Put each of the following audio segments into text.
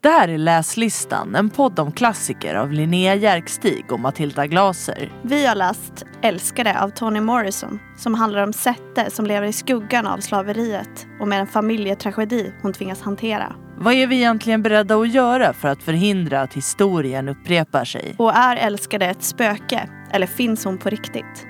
Det här är Läslistan, en podd om klassiker av Linnea Järkstig och Matilda Glaser. Vi har läst Älskade av Toni Morrison, som handlar om Sette som lever i skuggan av slaveriet och med en familjetragedi hon tvingas hantera. Vad är vi egentligen beredda att göra för att förhindra att historien upprepar sig? Och är Älskade ett spöke, eller finns hon på riktigt?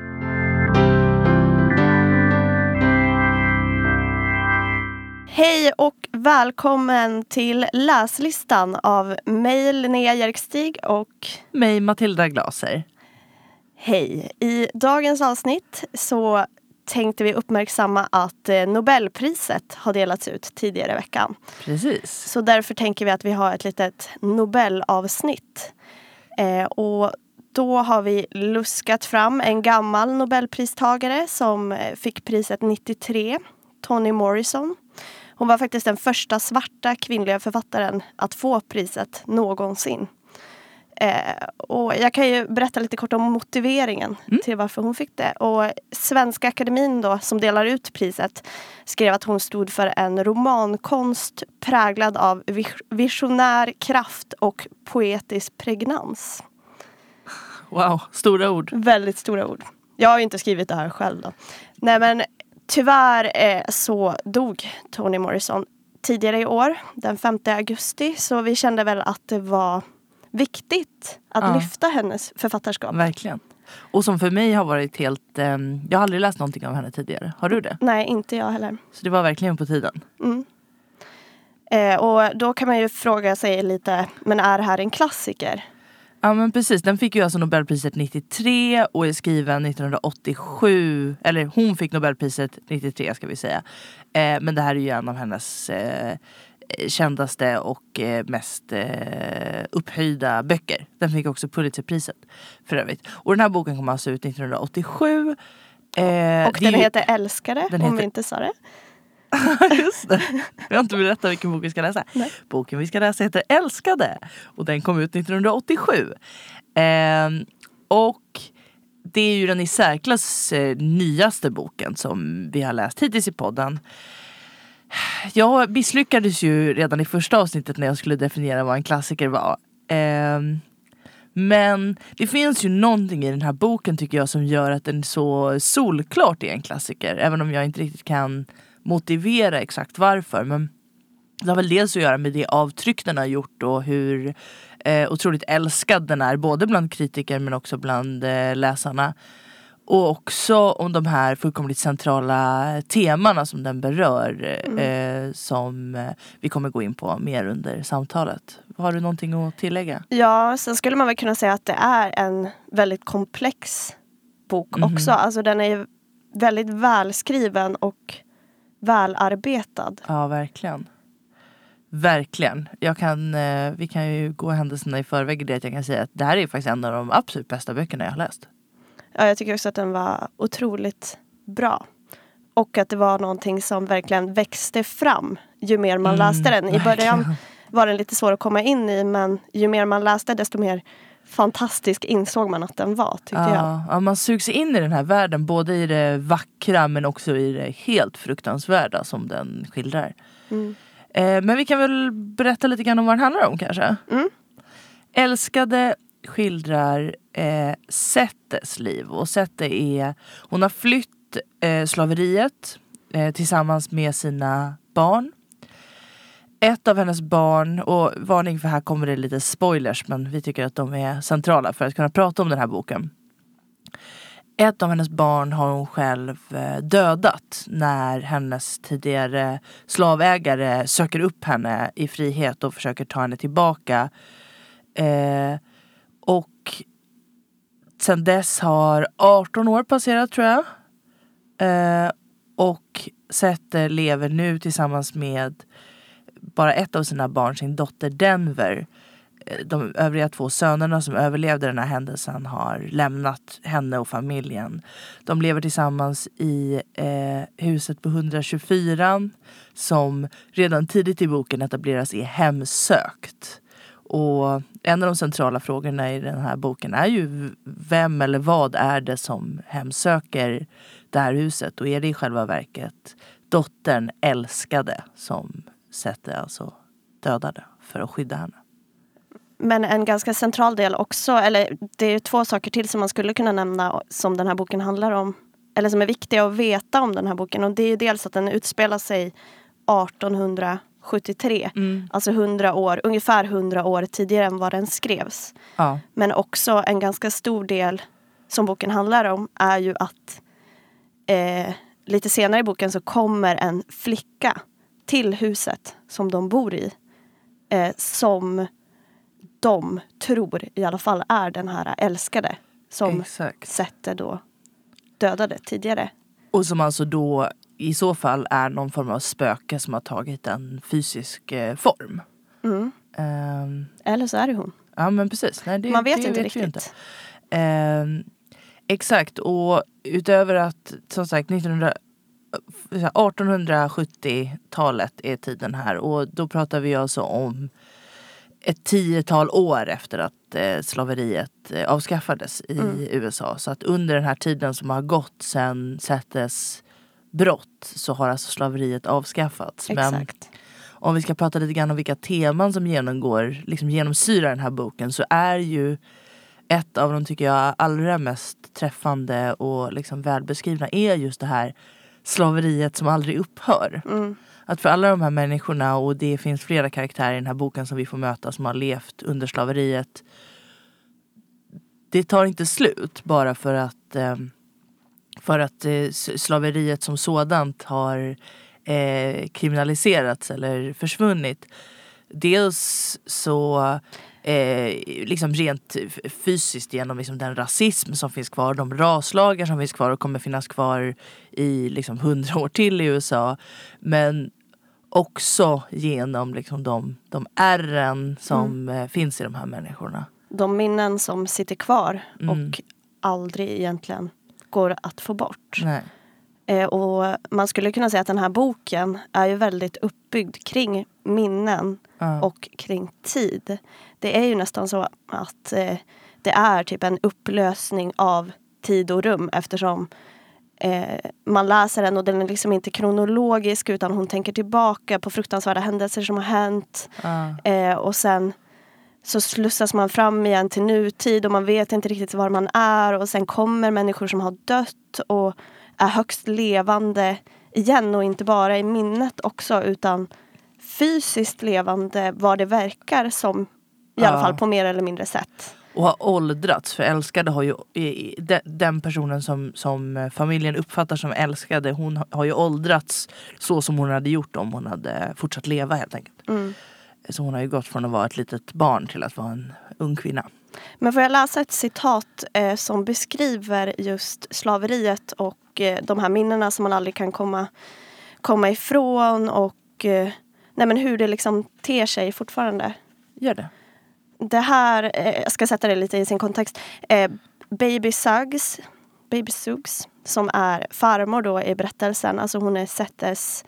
Hej och välkommen till Läslistan av mig Linnea Järkstig och mig Matilda Glaser. Hej, i dagens avsnitt så tänkte vi uppmärksamma att Nobelpriset har delats ut tidigare i veckan. Precis. Så därför tänker vi att vi har ett litet Nobelavsnitt. Och då har vi luskat fram en gammal Nobelpristagare som fick priset 93, Toni Morrison. Hon var faktiskt den första svarta kvinnliga författaren att få priset någonsin. Och jag kan ju berätta lite kort om motiveringen till varför hon fick det. Och Svenska Akademin då, som delar ut priset, skrev att hon stod för en romankonst präglad av visionär kraft och poetisk pregnans. Wow, stora ord. Väldigt stora ord. Jag har ju inte skrivit det här själv då. Nej, men tyvärr så dog Toni Morrison tidigare i år, den 5 augusti. Så vi kände väl att det var viktigt att lyfta hennes författarskap. Verkligen. Och som för mig har varit helt... jag har aldrig läst någonting av henne tidigare. Har du det? Nej, inte jag heller. Så det var verkligen på tiden. Och då kan man ju fråga sig lite, men är det här en klassiker? Ja, men precis. Den fick ju alltså Nobelpriset 93 och är skriven 1987. Eller hon fick Nobelpriset 93 ska vi säga. Men det här är ju en av hennes kändaste och mest upphöjda böcker. Den fick också Pulitzerpriset för övrigt. Och den här boken kom alltså ut 1987. Och den heter Älskade, om vi inte sa det. Just det. Jag har inte berättat vilken bok vi ska läsa. Nej. Boken vi ska läsa heter Älskade. Och den kom ut 1987. Och det är ju den i särklass nyaste boken som vi har läst hittills i podden. Jag misslyckades ju redan i första avsnittet när jag skulle definiera vad en klassiker var. Men det finns ju någonting i den här boken tycker jag som gör att den så solklart är en klassiker. Även om jag inte riktigt kan motivera exakt varför. Men det har väl dels att göra med det avtryck den har gjort och hur otroligt älskad den är. Både bland kritiker men också bland läsarna. Och också om de här fullkomligt centrala temana som den berör. Som vi kommer gå in på mer under samtalet. Har du någonting att tillägga? Ja, sen skulle man väl kunna säga att det är en väldigt komplex bok också. Alltså den är väldigt välskriven och välarbetad. Ja, verkligen. Verkligen. Vi kan ju gå händelserna i förväg i det att jag kan säga att det här är faktiskt en av de absolut bästa böckerna jag har läst. Ja, jag tycker också att den var otroligt bra. Och att det var någonting som verkligen växte fram ju mer man läste den. I början var den lite svår att komma in i, men ju mer man läste desto mer fantastisk insåg man att den var, tyckte jag. Ja, man sugs in i den här världen, både i det vackra men också i det helt fruktansvärda som den skildrar. Men vi kan väl berätta lite grann om vad den handlar om kanske. Älskade skildrar Settes liv. Och Sette hon har flytt slaveriet tillsammans med sina barn. Ett av hennes barn, och varning för här kommer det lite spoilers, men vi tycker att de är centrala för att kunna prata om den här boken. Ett av hennes barn har hon själv dödat när hennes tidigare slavägare söker upp henne i frihet och försöker ta henne tillbaka. Och sen dess har 18 år passerat tror jag. Och Sette lever nu tillsammans med bara ett av sina barn, sin dotter Denver. De övriga 2 sönerna som överlevde den här händelsen har lämnat henne och familjen. De lever tillsammans i huset på 124 som redan tidigt i boken etableras är hemsökt. Och en av de centrala frågorna i den här boken är ju vem eller vad är det som hemsöker det här huset? Och är det i själva verket dottern Älskade som Sette alltså dödade för att skydda henne. Men en ganska central del också, eller det är 2 saker till som man skulle kunna nämna som den här boken handlar om. Eller som är viktiga att veta om den här boken. Och det är ju dels att den utspelar sig 1873. Alltså ungefär 100 år tidigare än vad den skrevs. Ja. Men också en ganska stor del som boken handlar om är ju att lite senare i boken så kommer en flicka till huset som de bor i. Som de tror i alla fall är den här älskade som Sette då dödade tidigare. Och som alltså då i så fall är någon form av spöke som har tagit en fysisk form. Eller så är det hon. Ja, men precis. Nej, man vet inte riktigt. Exakt, och utöver att som sagt 1870-talet är tiden här, och då pratar vi alltså om ett 10-tal år efter att slaveriet avskaffades i USA. Så att under den här tiden som har gått sedan Settes brott så har alltså slaveriet avskaffats. Exakt. Men om vi ska prata lite grann om vilka teman som genomsyrar den här boken, så är ju ett av de, tycker jag, allra mest träffande och liksom välbeskrivna är just det här slaveriet som aldrig upphör. Att för alla de här människorna, och det finns flera karaktärer i den här boken som vi får möta som har levt under slaveriet, det tar inte slut bara för att slaveriet som sådant har kriminaliserats eller försvunnit. Dels så liksom rent fysiskt genom liksom den rasism som finns kvar, de raslagar som finns kvar och kommer finnas kvar i liksom 100 år till i USA, men också genom liksom de ärren som finns i de här människorna. De minnen som sitter kvar och aldrig egentligen går att få bort. Nej. Och man skulle kunna säga att den här boken är ju väldigt uppbyggd kring minnen och kring tid. Det är ju nästan så att det är typ en upplösning av tid och rum, eftersom man läser den och den är liksom inte kronologisk, utan hon tänker tillbaka på fruktansvärda händelser som har hänt. Och sen så slussas man fram igen till nutid och man vet inte riktigt var man är, och sen kommer människor som har dött och är högst levande igen, och inte bara i minnet också utan fysiskt levande vad det verkar som, i alla fall på mer eller mindre sätt. Och har åldrats, för älskade har ju den personen som familjen uppfattar som älskade, hon har ju åldrats så som hon hade gjort om hon hade fortsatt leva helt enkelt. Så hon har ju gått från att vara ett litet barn till att vara en ung kvinna. Men får jag läsa ett citat som beskriver just slaveriet och de här minnena som man aldrig kan komma ifrån, och men hur det liksom ter sig fortfarande. Gör det. Det här, jag ska sätta det lite i sin kontext. Baby Suggs, som är farmor då i berättelsen, alltså hon är Settes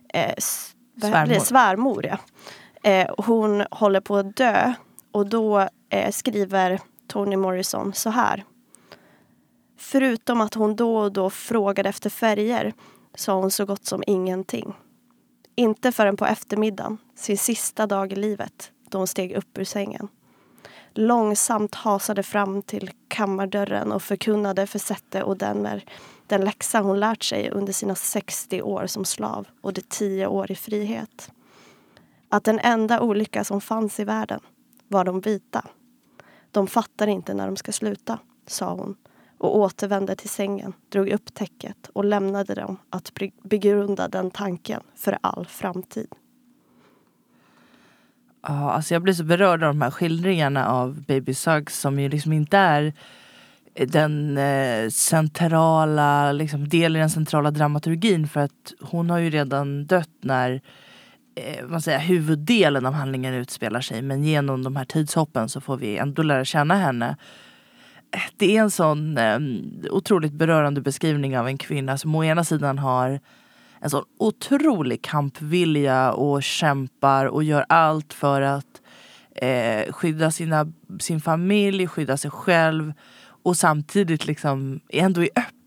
svärmor. Ja. Hon håller på att dö, och då skriver Toni Morrison så här: förutom att hon då och då frågade efter färger sa hon så gott som ingenting. Inte förrän på eftermiddagen, sin sista dag i livet, då hon steg upp ur sängen. Långsamt hasade fram till kammardörren och förkunnade för Sette och den läxa hon lärt sig under sina 60 år som slav och de 10 år i frihet. Att den enda olycka som fanns i världen var de vita. De fattar inte när de ska sluta, sa hon, och återvände till sängen, drog upp täcket och lämnade dem att begrunda den tanken för all framtid. Ja, alltså jag blir så berörd av de här skildringarna av Baby Suggs, som ju liksom inte är den centrala liksom, del i den centrala dramaturgin, för att hon har ju redan dött när huvuddelen av handlingen utspelar sig, men genom de här tidshoppen så får vi ändå lära känna henne. Det är en sån otroligt berörande beskrivning av en kvinna som å ena sidan har en sån otrolig kampvilja och kämpar och gör allt för att skydda sin familj, skydda sig själv, och samtidigt liksom ändå är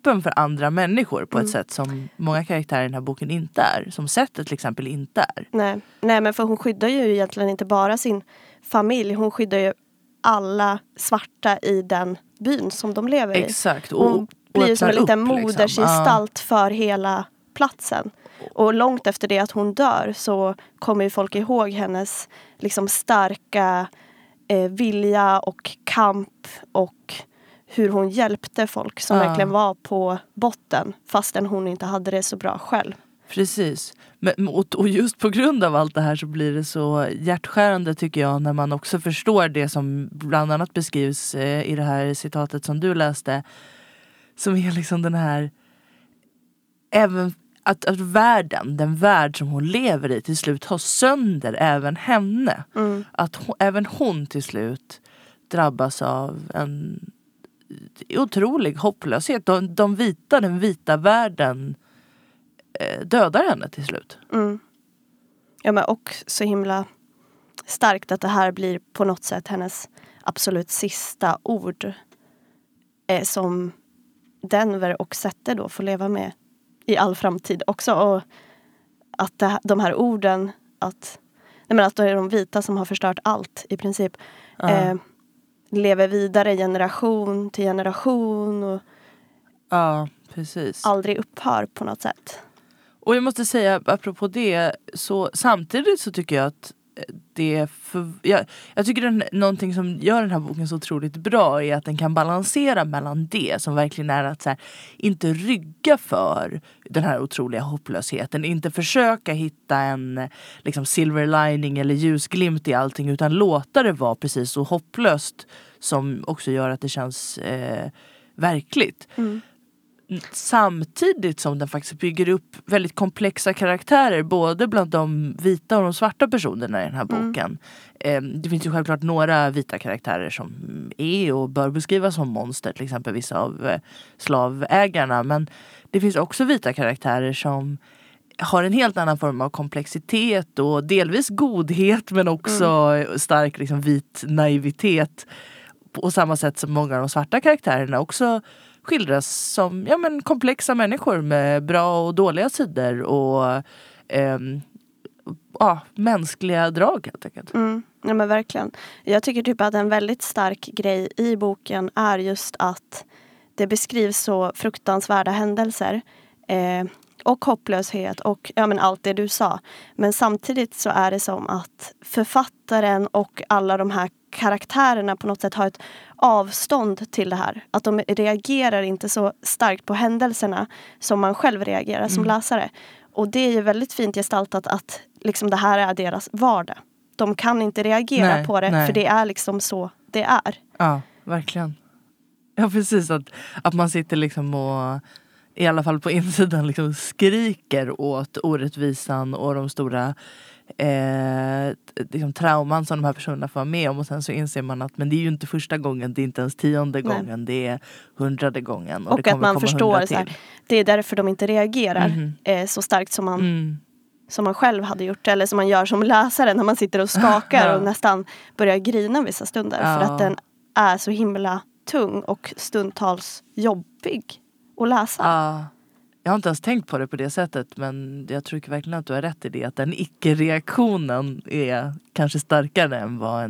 öppen för andra människor på ett sätt som många karaktärer i den här boken inte är. Som sättet till exempel inte är. Nej, men för hon skyddar ju egentligen inte bara sin familj. Hon skyddar ju alla svarta i den byn som de lever i. Exakt. Hon blir ju som en liten modersgestalt liksom. för hela platsen. Och långt efter det att hon dör så kommer ju folk ihåg hennes liksom starka vilja och kamp och hur hon hjälpte folk som verkligen var på botten fastän hon inte hade det så bra själv. Precis. Och just på grund av allt det här så blir det så hjärtskärande tycker jag när man också förstår det som bland annat beskrivs i det här citatet som du läste. Som är liksom den här även att världen, den värld som hon lever i till slut har sönder även henne. Att även hon till slut drabbas av en otrolig hopplöshet. Den vita världen dödar henne till slut. Ja, men och så himla starkt att det här blir på något sätt hennes absolut sista ord som Denver och Sette då får leva med i all framtid också. Och att de här orden att det är de vita som har förstört allt i princip lever vidare generation till generation och precis. aldrig upphör på något sätt. Och jag måste säga apropå det så samtidigt så tycker jag att jag tycker någonting som gör den här boken så otroligt bra är att den kan balansera mellan det som verkligen är att så här, inte rygga för den här otroliga hopplösheten, inte försöka hitta en liksom silver lining eller ljusglimt i allting utan låta det vara precis så hopplöst som också gör att det känns verkligt. Samtidigt som den faktiskt bygger upp väldigt komplexa karaktärer både bland de vita och de svarta personerna i den här boken. Det finns ju självklart några vita karaktärer som är och bör beskrivas som monster, till exempel vissa av slavägarna, men det finns också vita karaktärer som har en helt annan form av komplexitet och delvis godhet men också stark liksom, vit naivitet på samma sätt som många av de svarta karaktärerna också skildras som komplexa människor med bra och dåliga sidor och mänskliga drag helt enkelt. Ja men verkligen. Jag tycker typ att en väldigt stark grej i boken är just att det beskrivs så fruktansvärda händelser och hopplöshet och allt det du sa. Men samtidigt så är det som att författaren och alla de här karaktärerna på något sätt har ett avstånd till det här. Att de reagerar inte så starkt på händelserna som man själv reagerar som läsare. Och det är ju väldigt fint gestaltat att liksom det här är deras vardag. De kan inte reagera på det för det är liksom så det är. Ja, verkligen. Ja, precis. Att man sitter liksom och i alla fall på insidan liksom skriker åt orättvisan och de stora liksom trauman som de här personerna får med om och sen så inser man att men det är ju inte första gången, det är inte ens 10:e gången, det är 100:e gången och det kommer att man förstår så här, det är därför de inte reagerar så starkt som man själv hade gjort eller som man gör som läsare när man sitter och skakar och nästan börjar grina vissa stunder för att den är så himla tung och stundtals jobbig att läsa. Jag har inte ens tänkt på det på det sättet men jag tror verkligen att du har rätt i det att den icke-reaktionen är kanske starkare än vad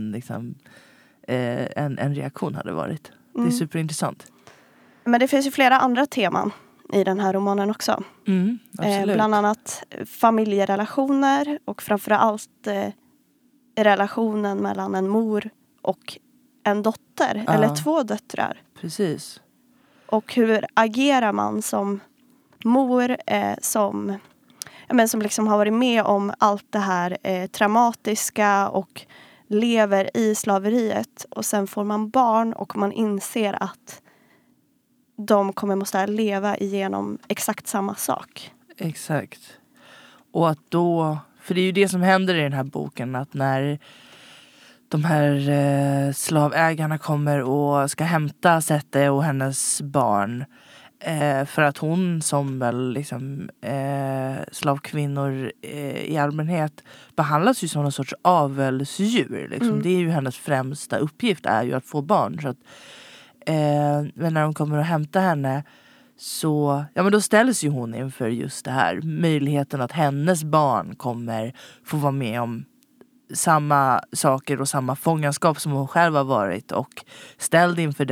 en reaktion hade varit. Det är superintressant. Men det finns ju flera andra teman i den här romanen också. Bland annat familjerelationer och framförallt relationen mellan en mor och en dotter eller 2 döttrar. Precis. Och hur agerar man som mor som liksom har varit med om allt det här traumatiska och lever i slaveriet och sen får man barn och man inser att de kommer måste leva igenom exakt samma sak. Exakt. Och att då, för det är ju det som händer i den här boken att när de här slavägarna kommer och ska hämta Sette och hennes barn för att hon som väl liksom slavkvinnor i allmänhet behandlas ju som någon sorts avelsdjur liksom. Det är ju hennes främsta uppgift är ju att få barn så att men när de kommer och hämtar henne så ja, men då ställs ju hon inför just det här. Möjligheten att hennes barn kommer få vara med om samma saker och samma fångenskap som hon själv har varit. Och ställd inför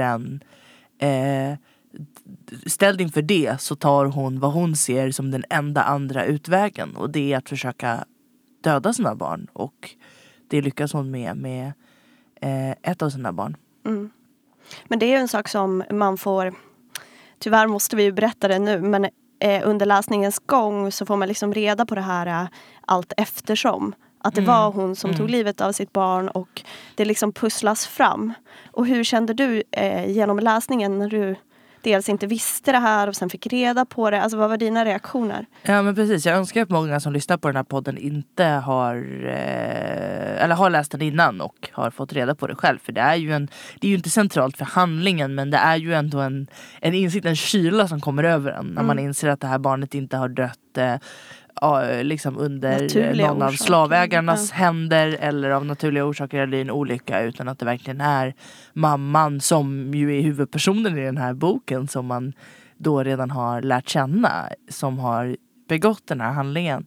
det så tar hon vad hon ser som den enda andra utvägen. Och det är att försöka döda sina barn. Och det lyckas hon med ett av sina barn. Mm. Men det är ju en sak som man får... Tyvärr måste vi ju berätta det nu. Men under läsningens gång så får man liksom reda på det här allt eftersom. Att det var hon som tog livet av sitt barn. Och det liksom pusslas fram. Och hur kände du genom läsningen när du... dels inte visste det här och sen fick reda på det. Alltså vad var dina reaktioner? Ja men precis, jag önskar att många som lyssnar på den här podden inte har läst den innan och har fått reda på det själv. För det är ju inte centralt för handlingen, men det är ju ändå en insikt, en kyla som kommer över en. När man inser att det här barnet inte har dött liksom under naturliga någon av slavägarnas händer eller av naturliga orsaker eller en olycka, utan att det verkligen är mamman som ju är huvudpersonen i den här boken som man då redan har lärt känna som har begått den här handlingen.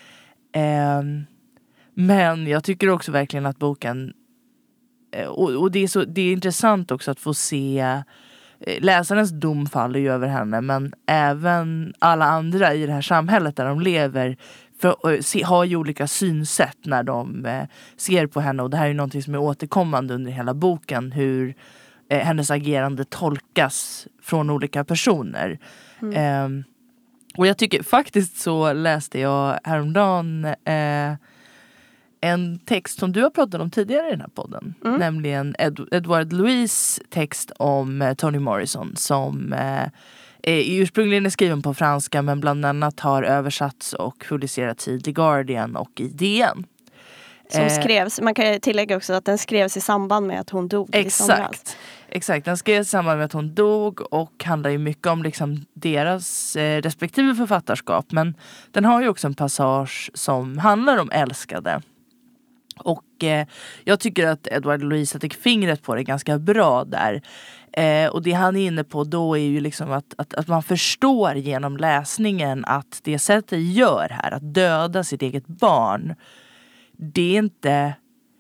Men jag tycker också verkligen att boken och det är intressant också att få se. Läsarens dom faller ju över henne, men även alla andra i det här samhället där de lever har ju olika synsätt när de ser på henne. Och det här är ju någonting som är återkommande under hela boken, hur hennes agerande tolkas från olika personer. Och jag tycker faktiskt, så läste jag häromdagen en text som du har pratat om tidigare i den här podden. Nämligen Edward Louis text om Toni Morrison som ursprungligen är skriven på franska men bland annat har översatts och publicerats i The Guardian och i DN. Som skrevs, man kan tillägga också att den skrevs i samband med att hon dog. Exakt, den skrevs i samband med att hon dog och handlar ju mycket om liksom deras respektive författarskap. Men den har ju också en passage som handlar om älskade. Och jag tycker att Edward Louis sätter fingret på det ganska bra där. Och det han är inne på då är ju liksom att man förstår genom läsningen att det sättet gör här, att döda sitt eget barn, det är inte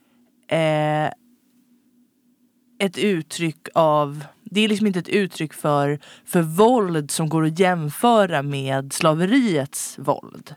ett uttryck av... Det är liksom inte ett uttryck för våld som går att jämföra med slaveriets våld.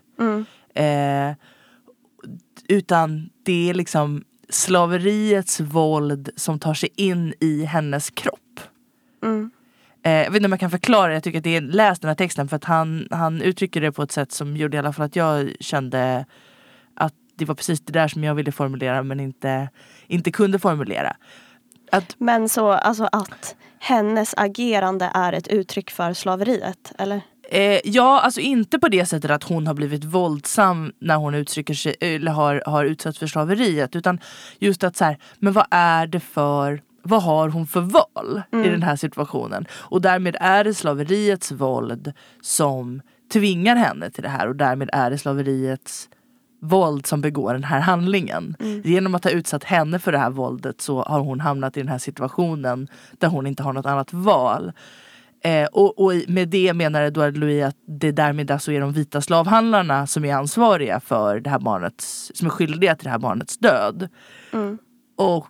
Utan det är liksom slaveriets våld som tar sig in i hennes kropp. Jag vet inte om jag kan förklara det. Jag tycker att det är läst den här texten för att han uttrycker det på ett sätt som gjorde i alla fall att jag kände att det var precis det där som jag ville formulera men inte kunde formulera. Men så alltså att hennes agerande är ett uttryck för slaveriet, eller? Ja, alltså inte på det sättet att hon har blivit våldsam när hon uttrycker sig eller har utsatts för slaveriet, utan just att så här, men vad har hon för val i den här situationen? Och därmed är det slaveriets våld som tvingar henne till det här, och därmed är det slaveriets våld som begår den här handlingen. Genom att ha utsatt henne för det här våldet så har hon hamnat i den här situationen där hon inte har något annat val. Och med det menar Edward Louis att det därmed alltså är de vita slavhandlarna som är ansvariga för det här barnets, som är skyldiga till det här barnets död. Och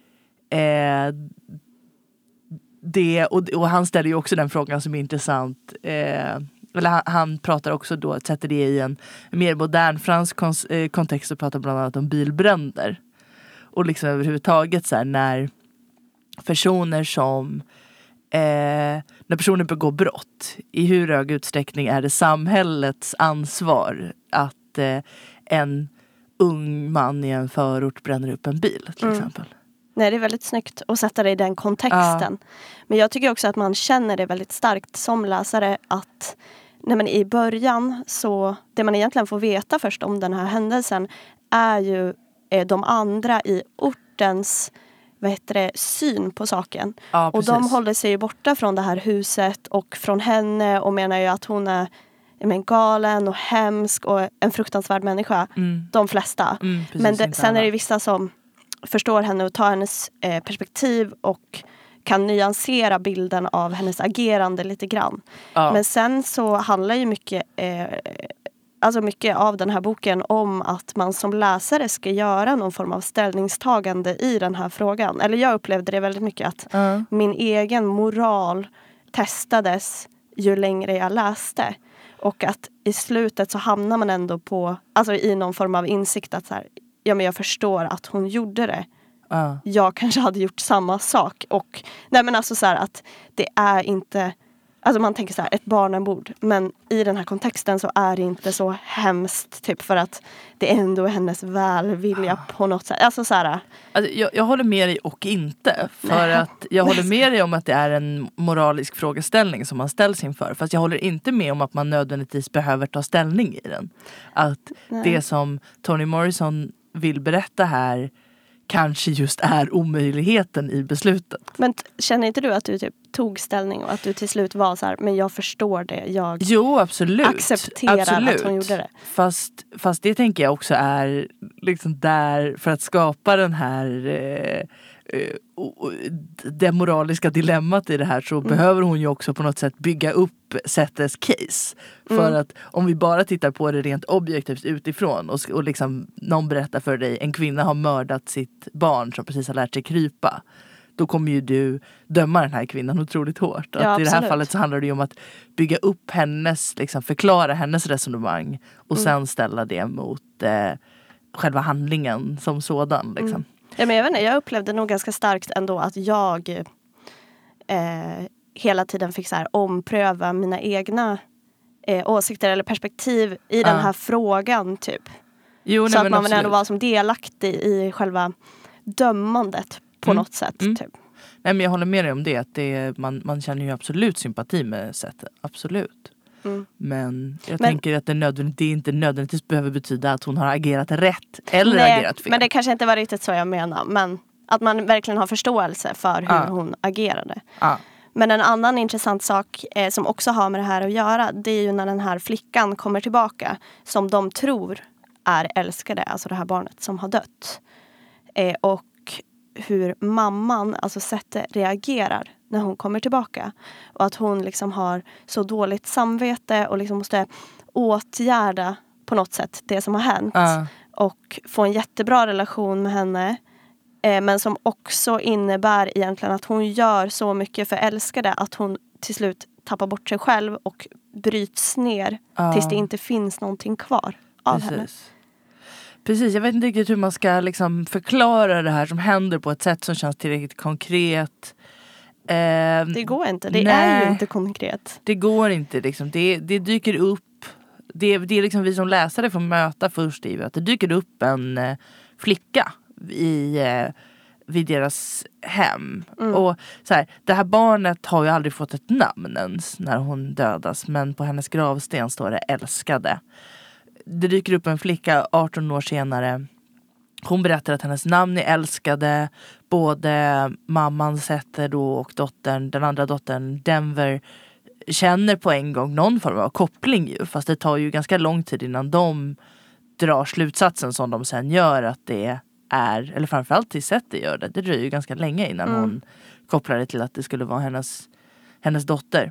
han ställer ju också den frågan som är intressant. Eller han pratar också då, sätter det i en mer modern fransk kontext och pratar bland annat om bilbränder. Och liksom överhuvudtaget så här, när personer begår brott, i hur hög utsträckning är det samhällets ansvar att en ung man i en förort bränner upp en bil till exempel. Nej, det är väldigt snyggt att sätta det i den kontexten. Men jag tycker också att man känner det väldigt starkt som läsare att när man i början så det man egentligen får veta först om den här händelsen är ju de andra i ortens syn på saken. Ja, och de håller sig ju borta från det här huset och från henne och menar ju att hon är galen och hemsk och en fruktansvärd människa. De flesta. Men sen är det vissa som förstår henne och tar hennes perspektiv och kan nyansera bilden av hennes agerande lite grann. Ja. Men sen så handlar ju mycket av den här boken om att man som läsare ska göra någon form av ställningstagande i den här frågan. Eller jag upplevde det väldigt mycket att min egen moral testades ju längre jag läste. Och att i slutet så hamnar man ändå på, alltså i någon form av insikt att så här, ja men jag förstår att hon gjorde det. Jag kanske hade gjort samma sak. Och nej men alltså så här att det är inte, alltså man tänker så här, ett barnamord. Men i den här kontexten så är det inte så hemskt. Typ för att det ändå är hennes välvilja på något sätt. Alltså så här. Alltså, jag håller med dig och inte. För att jag håller med dig om att det är en moralisk frågeställning som man ställs inför. Fast jag håller inte med om att man nödvändigtvis behöver ta ställning i den. Att det som Toni Morrison vill berätta här kanske just är omöjligheten i beslutet. Men känner inte du att du typ tog ställning och att du till slut var så här, men jag förstår det, jag accepterar att hon gjorde det. Fast det tänker jag också är liksom där för att skapa den här det moraliska dilemmat i det här så behöver hon ju också på något sätt bygga upp Settes case. För att om vi bara tittar på det rent objektivt utifrån och liksom någon berättar för dig en kvinna har mördat sitt barn som precis har lärt sig krypa. Då kommer ju du döma den här kvinnan otroligt hårt. Att i det här fallet så handlar det ju om att bygga upp hennes, liksom förklara hennes resonemang och sen ställa det mot själva handlingen som sådan. Liksom. Ja, men jag vet inte, jag upplevde nog ganska starkt ändå att jag hela tiden fick så här ompröva mina egna åsikter eller perspektiv i den här frågan typ. Jo, så att man ändå var som delaktig i själva dömandet på något sätt typ. Nej, men jag håller med dig om det, att man känner ju absolut sympati med sättet, absolut. Men jag tänker att det inte nödvändigtvis behöver betyda att hon har agerat rätt eller agerat fel. Men det kanske inte var riktigt så jag menar. Men att man verkligen har förståelse för hur hon agerade. Men en annan intressant sak som också har med det här att göra, det är ju när den här flickan kommer tillbaka som de tror är älskade, alltså det här barnet som har dött. Och hur mamman, alltså Sette, reagerar när hon kommer tillbaka. Och att hon liksom har så dåligt samvete och liksom måste åtgärda på något sätt det som har hänt. Och få en jättebra relation med henne. Men som också innebär egentligen att hon gör så mycket för älskade att hon till slut tappar bort sig själv och bryts ner tills det inte finns någonting kvar av henne. Precis, jag vet inte riktigt hur man ska liksom förklara det här som händer på ett sätt som känns tillräckligt konkret. Det går inte, det är ju inte konkret. Det går inte liksom, det dyker upp. Det är liksom vi som läsare får möta först i att det dyker upp en flicka vid deras hem. Och så här, det här barnet har ju aldrig fått ett namn ens när hon dödas, men på hennes gravsten står det älskade. Det dyker upp en flicka 18 år senare. Hon berättar att hennes namn är älskade. Både mamman Sette då och dottern, den andra dottern Denver, känner på en gång någon form av koppling ju. Fast det tar ju ganska lång tid innan de drar slutsatsen som de sen gör att det är, eller framförallt till Sette gör det. Det dröjer ju ganska länge innan hon kopplar det till att det skulle vara hennes dotter.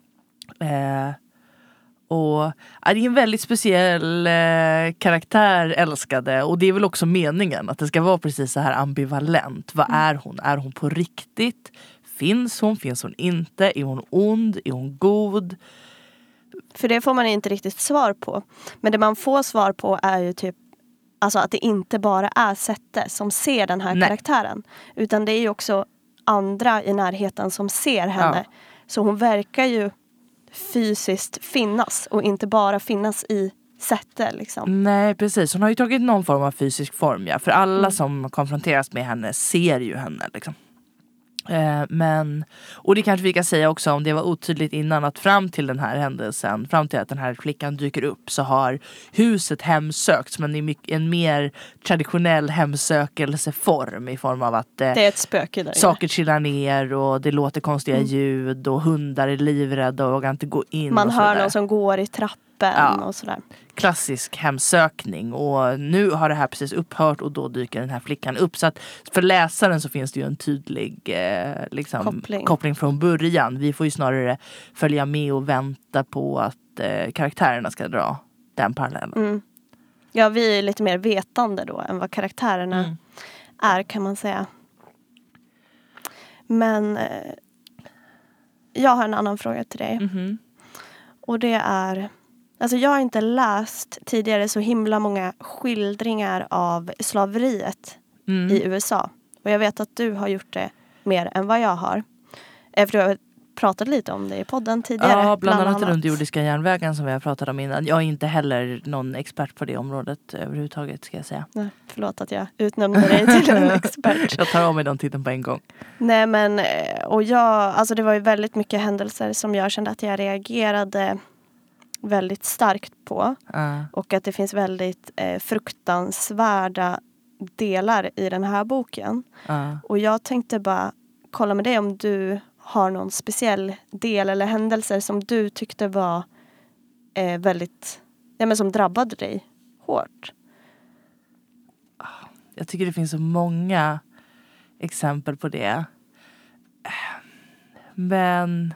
Och det är en väldigt speciell karaktär, älskade. Och det är väl också meningen att det ska vara precis så här ambivalent. Vad är hon? Är hon på riktigt? Finns hon inte? Är hon ond? Är hon god? För det får man inte riktigt svar på. Men det man får svar på är ju typ alltså att det inte bara är Sette som ser den här karaktären. Utan det är ju också andra i närheten som ser henne. Så hon verkar ju fysiskt finnas och inte bara finnas i Sette liksom. Nej, precis. Hon har ju tagit någon form av fysisk form, ja. För alla som konfronteras med henne ser ju henne liksom. Men, och det kanske vi kan säga också, om det var otydligt innan, att fram till den här händelsen, fram till att den här flickan dyker upp, så har huset hemsökts, men i en mer traditionell hemsökelseform, i form av att det är ett spöke där saker trillar ner och det låter konstiga ljud och hundar är livrädda och vågar inte gå in. Man hör någon som går i trappan gruppen och sådär. Klassisk hemsökning, och nu har det här precis upphört och då dyker den här flickan upp. Så att för läsaren så finns det ju en tydlig koppling från början. Vi får ju snarare följa med och vänta på att karaktärerna ska dra den parallellen. Mm. Ja, vi är lite mer vetande då än vad karaktärerna är, kan man säga. Men jag har en annan fråga till dig. Och det är, alltså jag har inte läst tidigare så himla många skildringar av slaveriet i USA. Och jag vet att du har gjort det mer än vad jag har. För du har pratat lite om det i podden tidigare. Ja, bland annat runt jordiska järnvägen som vi har pratat om innan. Jag är inte heller någon expert på det området överhuvudtaget, ska jag säga. Nej, förlåt att jag utnämnde dig till en expert. Jag tar av mig den titeln på en gång. Nej, men och alltså det var ju väldigt mycket händelser som jag kände att jag reagerade väldigt starkt på. Och att det finns väldigt fruktansvärda delar i den här boken. Och jag tänkte bara kolla med dig om du har någon speciell del eller händelser som du tyckte var väldigt, men som drabbade dig hårt. Jag tycker det finns så många exempel på det. Men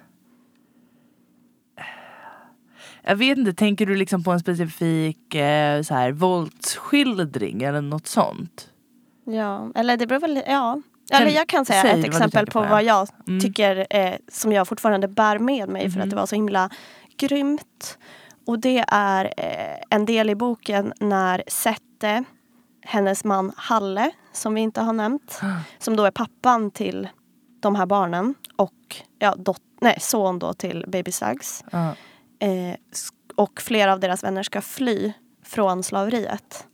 jag vet inte, tänker du liksom på en specifik så här våldsskildring eller något sånt? Ja, eller det beror väl, eller jag kan säga ett exempel på vad jag tycker som jag fortfarande bär med mig för att det var så himla grymt. Och det är en del i boken när Sette, hennes man Halle, som vi inte har nämnt, som då är pappan till de här barnen och son då till Baby Suggs. Och flera av deras vänner ska fly från slaveriet.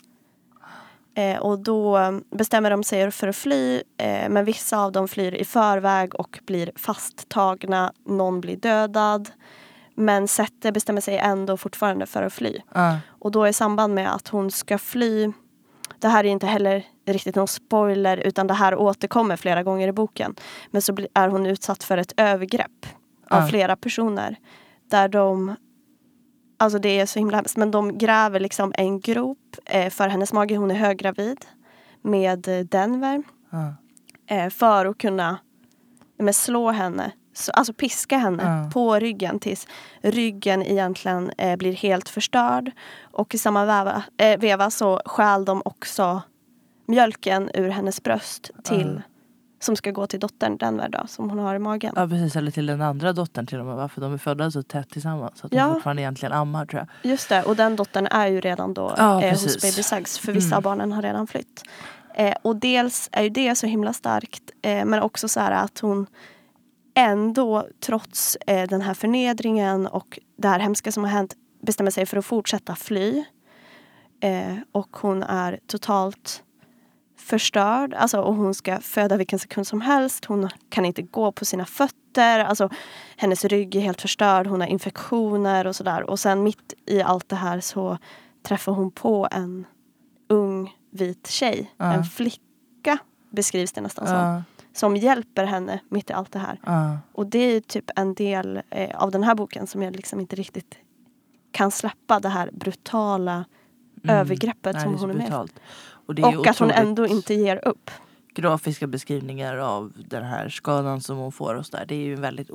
Och då bestämmer de sig för att fly, men vissa av dem flyr i förväg och blir fasttagna. Någon blir dödad. Men Sette bestämmer sig ändå fortfarande för att fly. Och då i samband med att hon ska fly, det här är inte heller riktigt någon spoiler, utan det här återkommer flera gånger i boken. Men så är hon utsatt för ett övergrepp av flera personer. Där alltså det är så himla hemskt, men de gräver liksom en grop för hennes mage. Hon är höggravid med Denver. För att kunna slå henne, alltså piska henne på ryggen tills ryggen egentligen blir helt förstörd. Och i samma veva så stjäl de också mjölken ur hennes bröst till som ska gå till dottern Denver då, som hon har i magen. Ja, precis. Eller till den andra dottern till och med. Varför de är födda så tätt tillsammans. Så att de fortfarande egentligen ammar, tror jag. Just det. Och den dottern är ju redan då hos Baby Suggs. För vissa av barnen har redan flytt. Och dels är ju det så himla starkt. Men också så här att hon ändå, trots den här förnedringen och det här hemska som har hänt, bestämmer sig för att fortsätta fly. Och hon är totalt förstörd, alltså, och hon ska föda vilken sekund som helst. Hon kan inte gå på sina fötter, alltså hennes rygg är helt förstörd, hon har infektioner och sådär. Och sen mitt i allt det här så träffar hon på en ung vit tjej, en flicka beskrivs det nästan som hjälper henne mitt i allt det här. Och det är typ en del av den här boken som jag liksom inte riktigt kan släppa, det här brutala övergreppet som hon är med. Och att hon ändå inte ger upp. Grafiska beskrivningar av den här skadan som hon får och så där. Det är ju en väldigt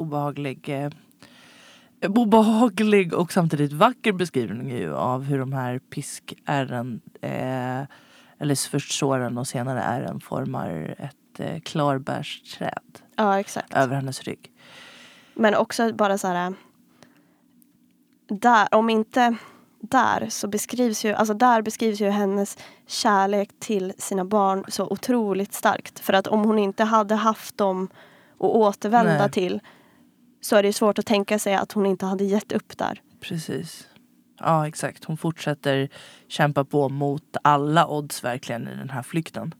obehaglig och samtidigt vacker beskrivning ju av hur de här piskärren eller först såren och senare ärren formar ett klarbärsträd. Ja, exakt. Över hennes rygg. Men också bara så här, där, om inte där så beskrivs ju hennes kärlek till sina barn så otroligt starkt. För att om hon inte hade haft dem att återvända till, så är det svårt att tänka sig att hon inte hade gett upp där. Precis. Ja, exakt. Hon fortsätter kämpa på mot alla odds verkligen i den här flykten.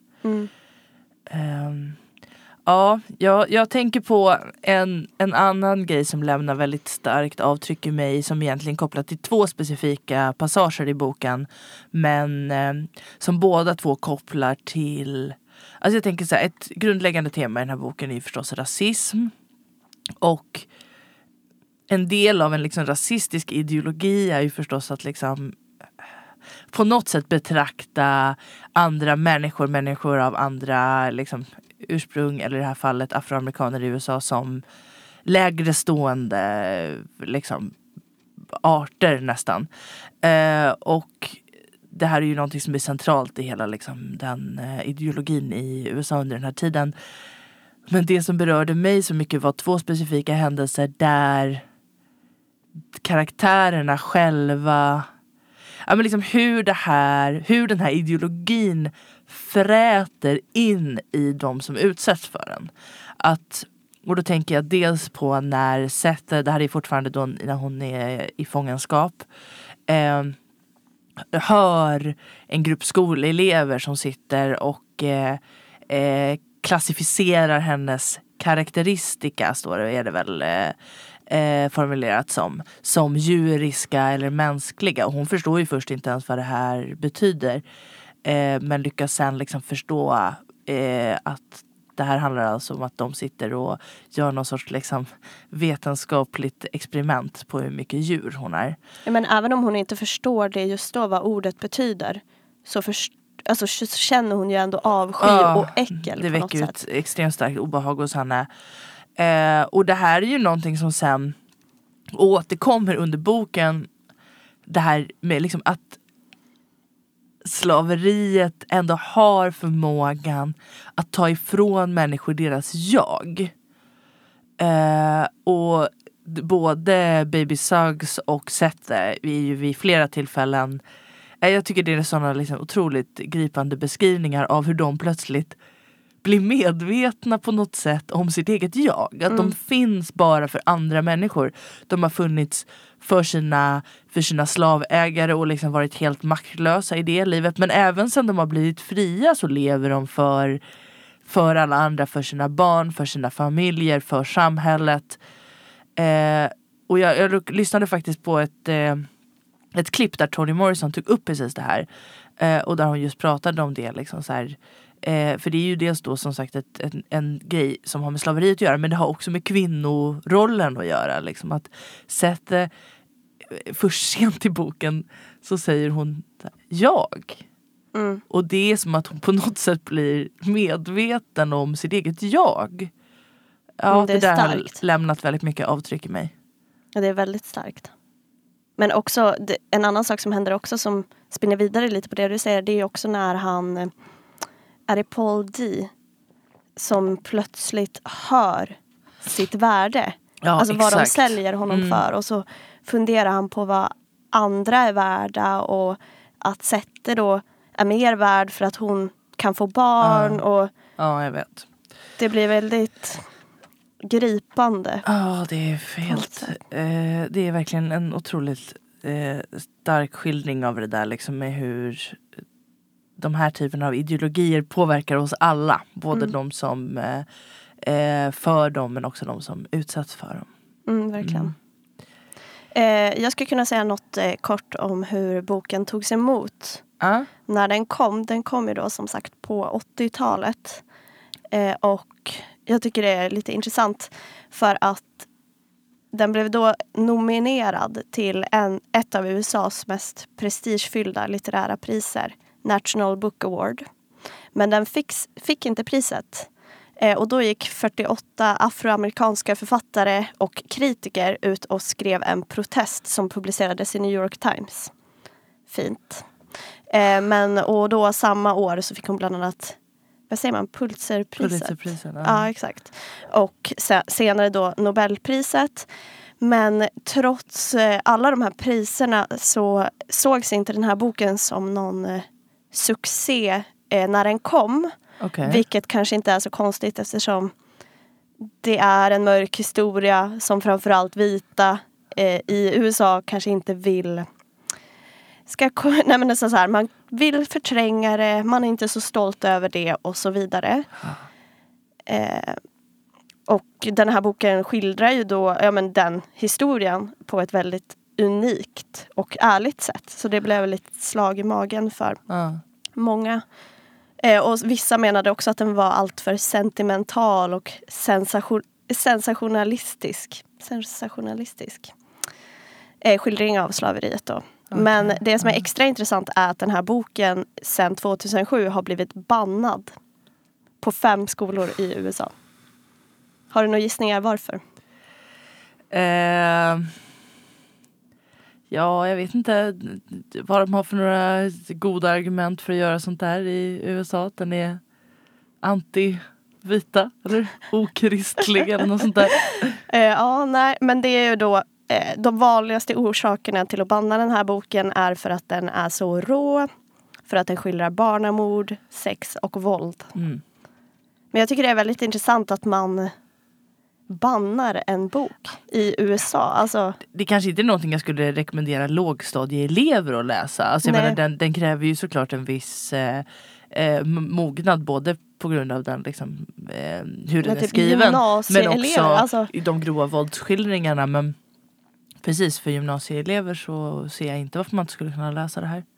Jag tänker på en annan grej som lämnar väldigt starkt avtryck i mig, som egentligen kopplat till två specifika passager i boken, men som båda två kopplar till, alltså jag tänker så här, ett grundläggande tema i den här boken är ju förstås rasism och en del av en liksom rasistisk ideologi är ju förstås att liksom på något sätt betrakta andra människor av andra liksom ursprung, eller i det här fallet afroamerikaner i USA, som lägre stående liksom arter nästan. Och det här är ju någonting som är centralt i hela liksom den ideologin i USA under den här tiden. Men det som berörde mig så mycket var 2 specifika händelser där karaktärerna själva, ja, men liksom hur den här ideologin fräter in i de som utsätts för den. Och då tänker jag dels på när Seth, det här är fortfarande då när hon är i fångenskap, hör en grupp skolelever som sitter och klassificerar hennes karaktäristika, står det, är det väl formulerat som djuriska eller mänskliga. Och hon förstår ju först inte ens vad det här betyder, men lyckas sen liksom förstå att det här handlar alltså om att de sitter och gör någon sorts liksom vetenskapligt experiment på hur mycket djur hon är. Men även om hon inte förstår det just då, vad ordet betyder, så känner hon ju ändå avsky och äckel. Det på något väcker ju sätt. ett extremt starkt obehag hos henne. Och det här är ju någonting som sen återkommer under boken. Det här med liksom att slaveriet ändå har förmågan att ta ifrån människor deras jag. Och både Baby Suggs och Seth är ju vid flera tillfällen, jag tycker det är sådana liksom otroligt gripande beskrivningar av hur de plötsligt blir medvetna på något sätt om sitt eget jag. Att de finns bara för andra människor. De har funnits för sina slavägare och liksom varit helt maktlösa i det livet. Men även sen de har blivit fria så lever de för alla andra, för sina barn, för sina familjer, för samhället. Och jag lyssnade faktiskt på ett klipp där Toni Morrison tog upp precis det här. Och där hon just pratade om det liksom så här. För det är ju dels då som sagt en grej som har med slaveriet att göra, men det har också med kvinnorollen att göra. Liksom att Seth, först sent i boken så säger hon jag. Och det är som att hon på något sätt blir medveten om sitt eget jag. Ja, det där har lämnat väldigt mycket avtryck i mig. Ja, det är väldigt starkt. Men också, en annan sak som händer också som spinner vidare lite på det du säger, det är också när han är det Paul D som plötsligt hör sitt värde. Ja, alltså vad exakt. de säljer honom för. Och så funderar han på vad andra är värda. Och att Sette då är mer värd för att hon kan få barn. Och ja, jag vet. Det blir väldigt gripande. Ja, det är helt... det är verkligen en otroligt stark skildring av det där. Liksom med hur de här typerna av ideologier påverkar oss alla. Både de som för dem, men också de som utsätts för dem. Verkligen. Jag skulle kunna säga något kort om hur boken togs emot. När den kom ju då som sagt på 80-talet. Och jag tycker det är lite intressant för att den blev då nominerad till ett av USAs mest prestigefyllda litterära priser, National Book Award. Men den fick inte priset. Och då gick 48 afroamerikanska författare och kritiker ut och skrev en protest som publicerades i New York Times. Fint. Och då samma år så fick hon bland annat, vad säger man, Pulitzerpriset. Ja, exakt. Och senare då Nobelpriset. Men trots alla de här priserna så sågs inte den här boken som någon succé när den kom. Okay. Vilket kanske inte är så konstigt eftersom det är en mörk historia som framförallt vita i USA kanske inte vill man vill förtränga det, man är inte så stolt över det och så vidare. Och den här boken skildrar ju då den historien på ett väldigt unikt och ärligt sätt. Så det blev lite slag i magen för många. Och vissa menade också att den var alltför sentimental och sensationalistisk. sensationalistisk skildring av slaveriet då. Okay. Men det som är extra intressant är att den här boken sedan 2007 har blivit bannad på 5 skolor i USA. Har du några gissningar varför? Ja, jag vet inte vad de har för några goda argument för att göra sånt där i USA. Den är anti-vita eller okristlig eller något sånt där. Nej, men det är ju då de vanligaste orsakerna till att banna den här boken är för att den är så rå, för att den skildrar barnamord, sex och våld. Mm. Men jag tycker det är väldigt intressant att man bannar en bok i USA. Alltså, det kanske inte är någonting jag skulle rekommendera lågstadieelever att läsa. Alltså, jag menar, den kräver ju såklart en viss mognad, både på grund av den liksom, hur den är skriven, men också de grova våldsskildringarna. Men precis, för gymnasieelever så ser jag inte varför man inte skulle kunna läsa det här.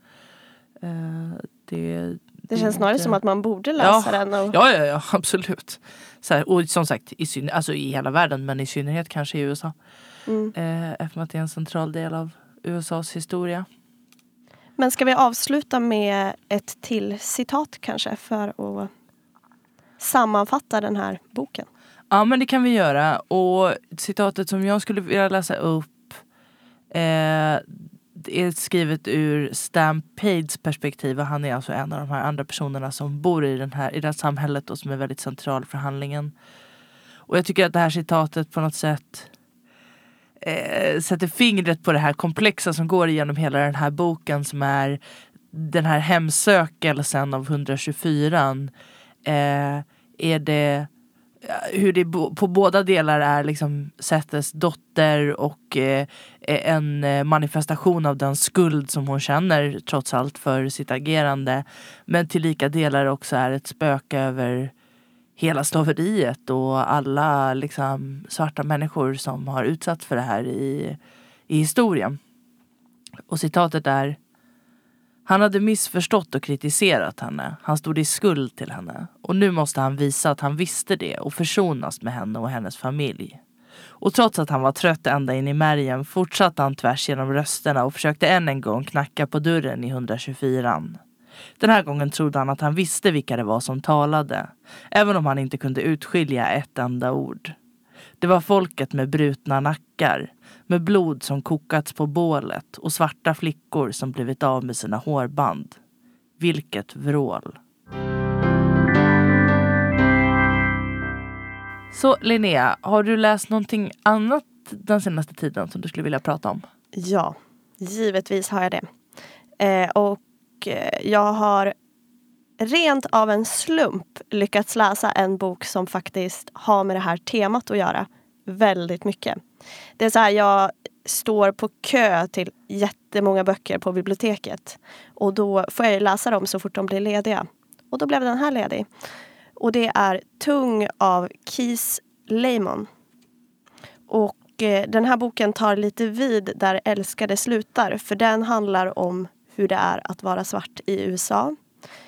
Det känns snarare som att man borde läsa den. Och... Ja, absolut. Så här, och som sagt, alltså i hela världen, men i synnerhet kanske i USA. Eftersom att det är en central del av USAs historia. Men ska vi avsluta med ett till citat kanske för att sammanfatta den här boken? Ja, men det kan vi göra. Och citatet som jag skulle vilja läsa upp är skrivet ur Stampades perspektiv. Han är alltså en av de här andra personerna som bor i det här samhället och som är väldigt central för handlingen. Och jag tycker att det här citatet på något sätt sätter fingret på det här komplexa som går igenom hela den här boken, som är den här hemsökelsen av 124. Är det hur det på båda delar är liksom Setes dotter och en manifestation av den skuld som hon känner trots allt för sitt agerande, men till lika delar också är ett spöke över hela slaveriet och alla liksom svarta människor som har utsatts för det här i historien. Och citatet är: han hade missförstått och kritiserat henne. Han stod i skuld till henne. Och nu måste han visa att han visste det och försonas med henne och hennes familj. Och trots att han var trött ända in i märgen fortsatte han tvärs genom rösterna och försökte än en gång knacka på dörren i 124. Den här gången trodde han att han visste vilka det var som talade, även om han inte kunde utskilja ett enda ord. Det var folket med brutna nackar, med blod som kokats på bålet och svarta flickor som blivit av med sina hårband. Vilket vrål. Så Linnea, har du läst någonting annat den senaste tiden som du skulle vilja prata om? Ja, givetvis har jag det. Och jag har rent av en slump lyckats läsa en bok som faktiskt har med det här temat att göra väldigt mycket. Det är så här, jag står på kö till jättemånga böcker på biblioteket och då får jag läsa dem så fort de blir lediga. Och då blev den här ledig. Och det är Tung av Keith Lemon. Och den här boken tar lite vid där Älskade slutar, för den handlar om hur det är att vara svart i USA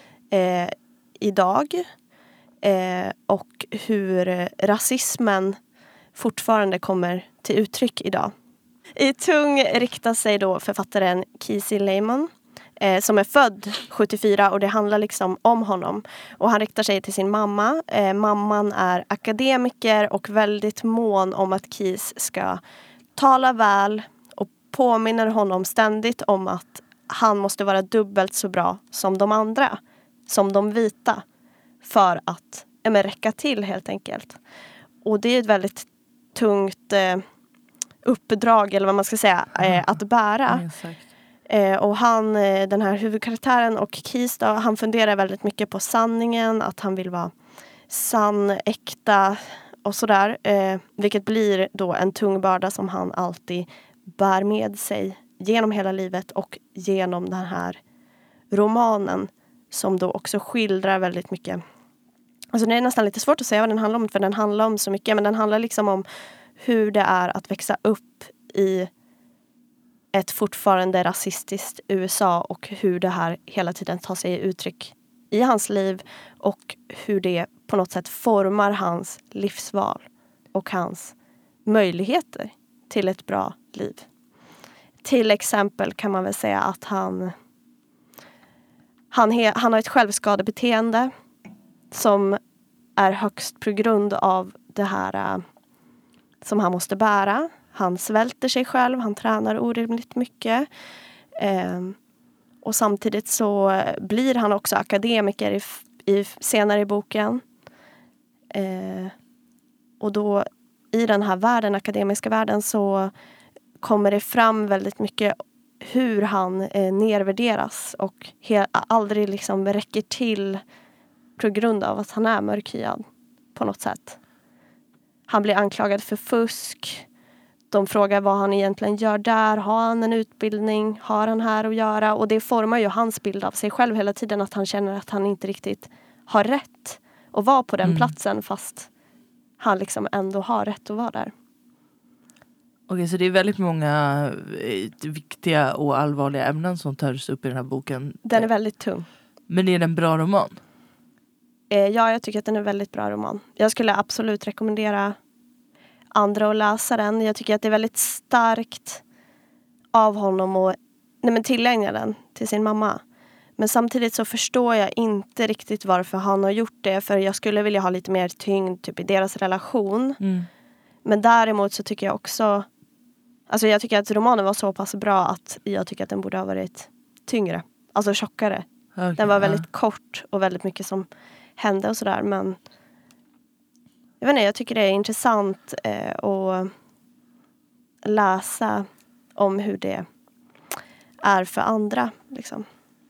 idag och hur rasismen fortfarande kommer till uttryck idag. I Tung riktar sig då författaren Keith Lemon som är född 74 och det handlar liksom om honom. Och han riktar sig till sin mamma. Mamman är akademiker och väldigt mån om att Keith ska tala väl och påminner honom ständigt om att han måste vara dubbelt så bra som de andra, som de vita, för att räcka till helt enkelt. Och det är ett väldigt tungt uppdrag, eller vad man ska säga, att bära. Och han, den här huvudkaraktären och Keith då, han funderar väldigt mycket på sanningen, att han vill vara sann, äkta och sådär. Vilket blir då en tung börda som han alltid bär med sig genom hela livet och genom den här romanen som då också skildrar väldigt mycket. Alltså det är nästan lite svårt att säga vad den handlar om, för den handlar om så mycket, men den handlar liksom om hur det är att växa upp i ett fortfarande rasistiskt USA och hur det här hela tiden tar sig uttryck i hans liv och hur det på något sätt formar hans livsval och hans möjligheter till ett bra liv. Till exempel kan man väl säga att han har ett självskadebeteende som är högst på grund av det här som han måste bära. Han svälter sig själv, han tränar orimligt mycket. Och samtidigt så blir han också akademiker senare i boken. Och då i den här världen, akademiska världen, så kommer det fram väldigt mycket hur han nedvärderas och aldrig liksom räcker till på grund av att han är mörkhyad på något sätt. Han blir anklagad för fusk. De frågar vad han egentligen gör där. Har han en utbildning? Har han här att göra? Och det formar ju hans bild av sig själv hela tiden. Att han känner att han inte riktigt har rätt att vara på den platsen. Fast han liksom ändå har rätt att vara där. Okej, så det är väldigt många viktiga och allvarliga ämnen som tas upp i den här boken. Den är väldigt tung. Men är det en bra roman? Ja, jag tycker att den är en väldigt bra roman. Jag skulle absolut rekommendera andra att läsa den. Jag tycker att det är väldigt starkt av honom att tillägna den till sin mamma. Men samtidigt så förstår jag inte riktigt varför han har gjort det. För jag skulle vilja ha lite mer tyngd typ i deras relation. Men däremot så tycker jag också... Alltså jag tycker att romanen var så pass bra att jag tycker att den borde ha varit tyngre. Alltså tjockare. Okay, den var väldigt kort och väldigt mycket som hände och sådär. Men jag vet inte, jag tycker det är intressant att läsa om hur det är för andra. Liksom.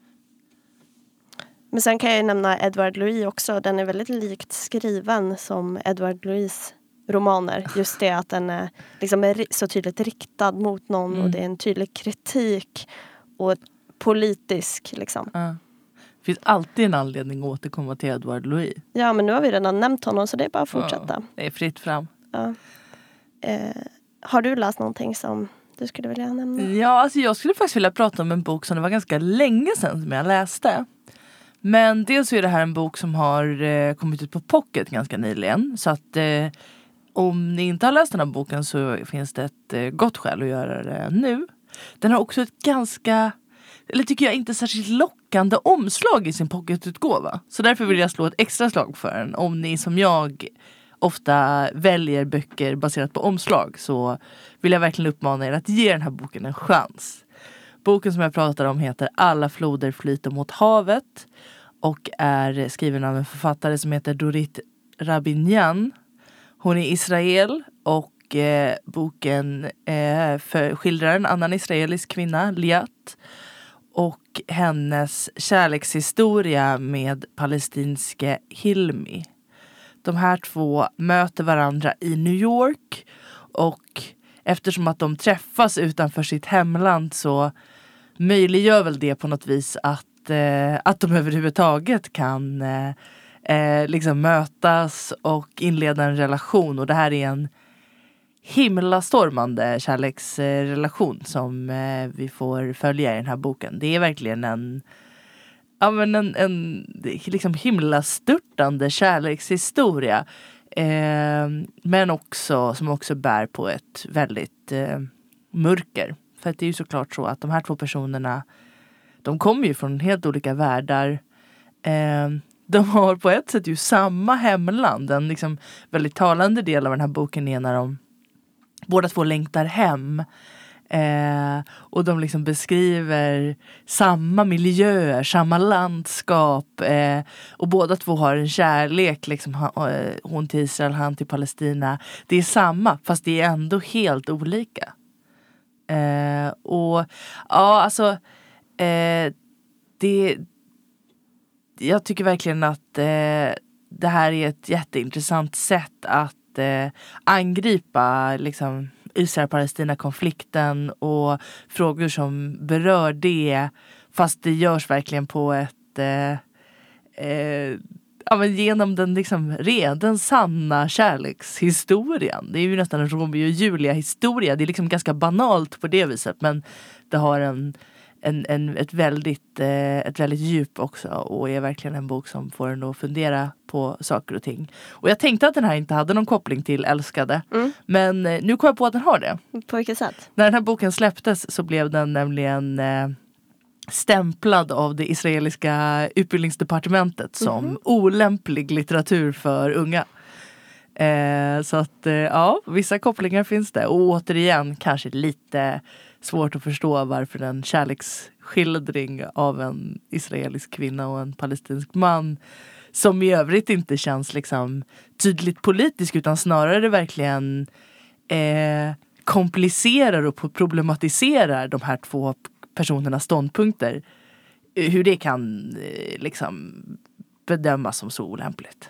Men sen kan jag nämna Edward Louis också. Den är väldigt likt skriven som Edward Louis romaner. Just det att den är, liksom är så tydligt riktad mot någon och det är en tydlig kritik och politisk liksom. Det finns alltid en anledning att återkomma till Edward Louis. Ja, men nu har vi redan nämnt honom så det är bara att fortsätta. Det är fritt fram. Ja. Har du läst någonting som du skulle vilja nämna? Ja, alltså jag skulle faktiskt vilja prata om en bok som det var ganska länge sedan som jag läste. Men dels så är det här en bok som har kommit ut på Pocket ganska nyligen. Så att om ni inte har läst den här boken så finns det ett gott skäl att göra det nu. Den har också ett ganska, eller tycker jag, inte särskilt lockande omslag i sin pocketutgåva. Så därför vill jag slå ett extra slag för den. Om ni som jag ofta väljer böcker baserat på omslag så vill jag verkligen uppmana er att ge den här boken en chans. Boken som jag pratar om heter Alla floder flyter mot havet och är skriven av en författare som heter Dorit Rabinyan. Hon är Israel och boken skildrar en annan israelisk kvinna, Liat, och hennes kärlekshistoria med palestinske Hilmi. De här två möter varandra i New York och eftersom att de träffas utanför sitt hemland så möjliggör väl det på något vis att de överhuvudtaget kan liksom mötas och inleda en relation. Och det här är en himlastormande kärleksrelation som vi får följa i den här boken. Det är verkligen en liksom himlastörtande kärlekshistoria. Men också som också bär på ett väldigt mörker. För att det är ju såklart så att de här två personerna, de kommer ju från helt olika världar. De har på ett sätt ju samma hemland. En liksom väldigt talande del av den här boken är när de båda två längtar hem. Och de liksom beskriver samma miljöer, samma landskap. Och båda två har en kärlek. Liksom, hon till Israel, han till Palestina. Det är samma, fast det är ändå helt olika. Och ja, alltså jag tycker verkligen att det här är ett jätteintressant sätt att angripa liksom Israel-Palestina-konflikten och frågor som berör det, fast det görs verkligen på ett genom den liksom den sanna kärlekshistorien. Det är ju nästan en Romeo och Julia-historia. Det är liksom ganska banalt på det viset, men det har ett väldigt djup också. Och är verkligen en bok som får en att fundera på saker och ting. Och jag tänkte att den här inte hade någon koppling till Älskade. Men nu kom jag på att den har det. På vilket sätt? När den här boken släpptes så blev den nämligen stämplad av det israeliska utbildningsdepartementet som olämplig litteratur för unga. Så att ja, vissa kopplingar finns det. Och återigen kanske lite svårt att förstå varför en kärleksskildring av en israelisk kvinna och en palestinsk man, som i övrigt inte känns liksom tydligt politisk utan snarare verkligen komplicerar och problematiserar de här två personernas ståndpunkter. Hur det kan liksom bedömas som så olämpligt.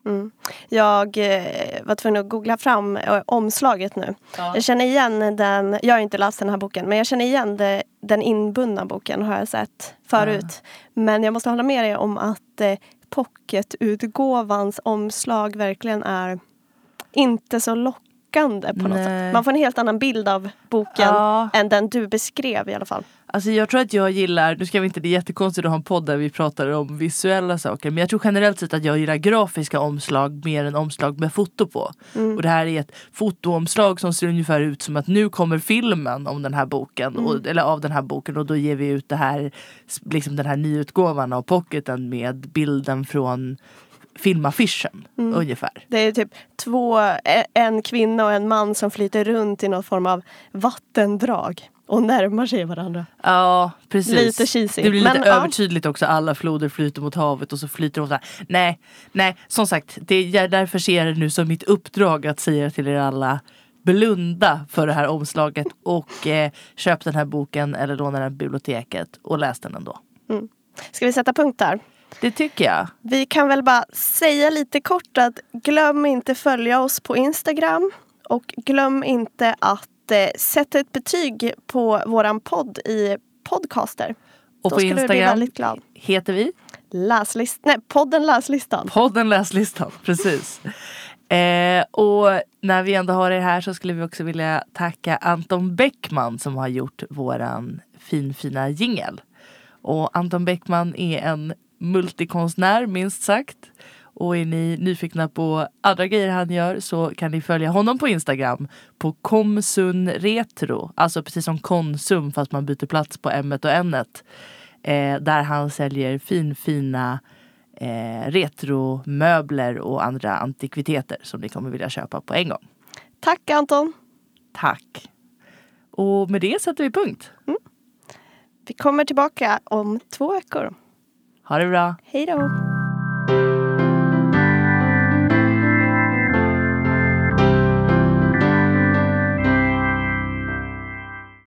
Jag var tvungen att googla fram omslaget nu. Ja. Jag känner igen den, jag har inte läst den här boken, men jag känner igen den inbundna boken har jag sett förut. Men jag måste hålla med dig om att pocketutgåvans omslag verkligen är inte så lockande på något sätt. Man får en helt annan bild av boken än den du beskrev i alla fall. Alltså jag tror att jag gillar, nu ska vi inte, det är jättekonstigt att ha en podd där vi pratar om visuella saker, men jag tror generellt sett att jag gillar grafiska omslag mer än omslag med foto på. Och det här är ett fotoomslag som ser ungefär ut som att nu kommer filmen om den här boken, eller av den här boken, och då ger vi ut det här, liksom den här nyutgåvan av pocketen med bilden från filmaffischen ungefär. Det är typ en kvinna och en man som flyter runt i någon form av vattendrag och närmar sig varandra. Ja, precis. Lite cheesy. Det blir lite övertydligt också. Alla floder flyter mot havet och så flyter de så här. Nej, som sagt, därför ser jag det nu som mitt uppdrag att säga till er alla: blunda för det här omslaget och köp den här boken eller låna den på biblioteket och läs den ändå. Ska vi sätta punkt där? Det tycker jag. Vi kan väl bara säga lite kort att glöm inte följa oss på Instagram och glöm inte att sätta ett betyg på våran podd i Podcaster. Och då på skulle Instagram du bli väldigt glad. Heter vi? Podden Läslistan. Podden Läslistan, precis. Och när vi ändå har det här så skulle vi också vilja tacka Anton Bäckman som har gjort våran fina jingle. Och Anton Bäckman är en multikonstnär minst sagt. Och är ni nyfikna på andra grejer han gör så kan ni följa honom på Instagram på komsunretro. Alltså precis som Konsum fast man byter plats på M-et och N-et. Där han säljer fina retromöbler och andra antikviteter som ni kommer vilja köpa på en gång. Tack Anton. Tack. Och med det sätter vi punkt. Vi kommer tillbaka om 2 veckor. Ha det bra. Hej då.